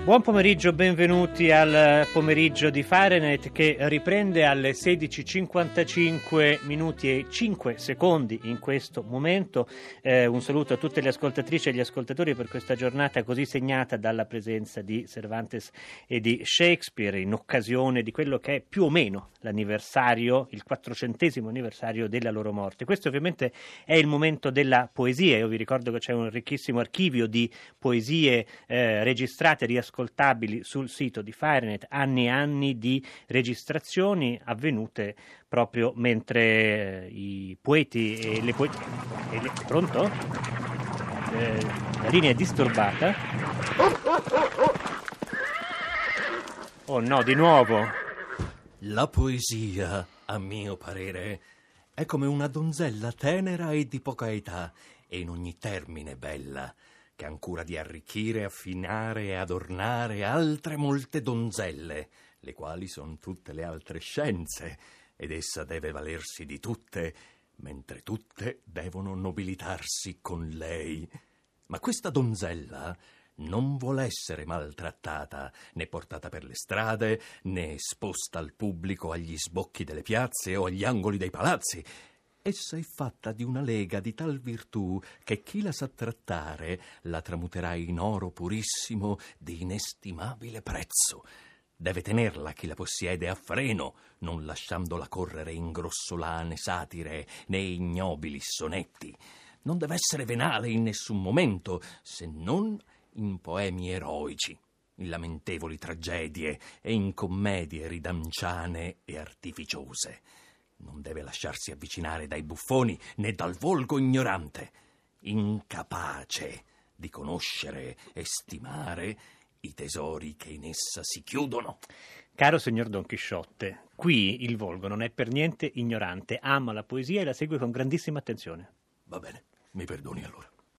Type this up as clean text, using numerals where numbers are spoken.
Buon pomeriggio, benvenuti al pomeriggio di Fahrenheit che riprende alle 16:55 minuti e 5 secondi in questo momento. Un saluto a tutte le ascoltatrici e gli ascoltatori per questa giornata così segnata dalla presenza di Cervantes e di Shakespeare in occasione di quello che è più o meno l'anniversario, il 400° anniversario della loro morte. Questo ovviamente è il momento della poesia. Io vi ricordo che c'è un ricchissimo archivio di poesie registrate, riascoltabili sul sito di Fahrenheit, anni e anni di registrazioni avvenute proprio mentre i poeti e le poeti... Pronto? La linea è disturbata. Oh no, di nuovo. La poesia, a mio parere, è come una donzella tenera e di poca età, e in ogni termine bella, che han cura di arricchire, affinare e adornare altre molte donzelle, le quali son tutte le altre scienze, ed essa deve valersi di tutte, mentre tutte devono nobilitarsi con lei. Ma questa donzella non vuol essere maltrattata, né portata per le strade, né esposta al pubblico agli sbocchi delle piazze o agli angoli dei palazzi. Essa è fatta di una lega di tal virtù che chi la sa trattare la tramuterà in oro purissimo di inestimabile prezzo. Deve tenerla chi la possiede a freno, non lasciandola correre in grossolane satire né ignobili sonetti. Non deve essere venale in nessun momento, se non in poemi eroici, in lamentevoli tragedie e in commedie ridanciane e artificiose. Non deve lasciarsi avvicinare dai buffoni né dal volgo ignorante, incapace di conoscere e stimare i tesori che in essa si chiudono. Caro signor Don Chisciotte, qui il volgo non è per niente ignorante, ama la poesia e la segue con grandissima attenzione. Va bene, mi perdoni allora.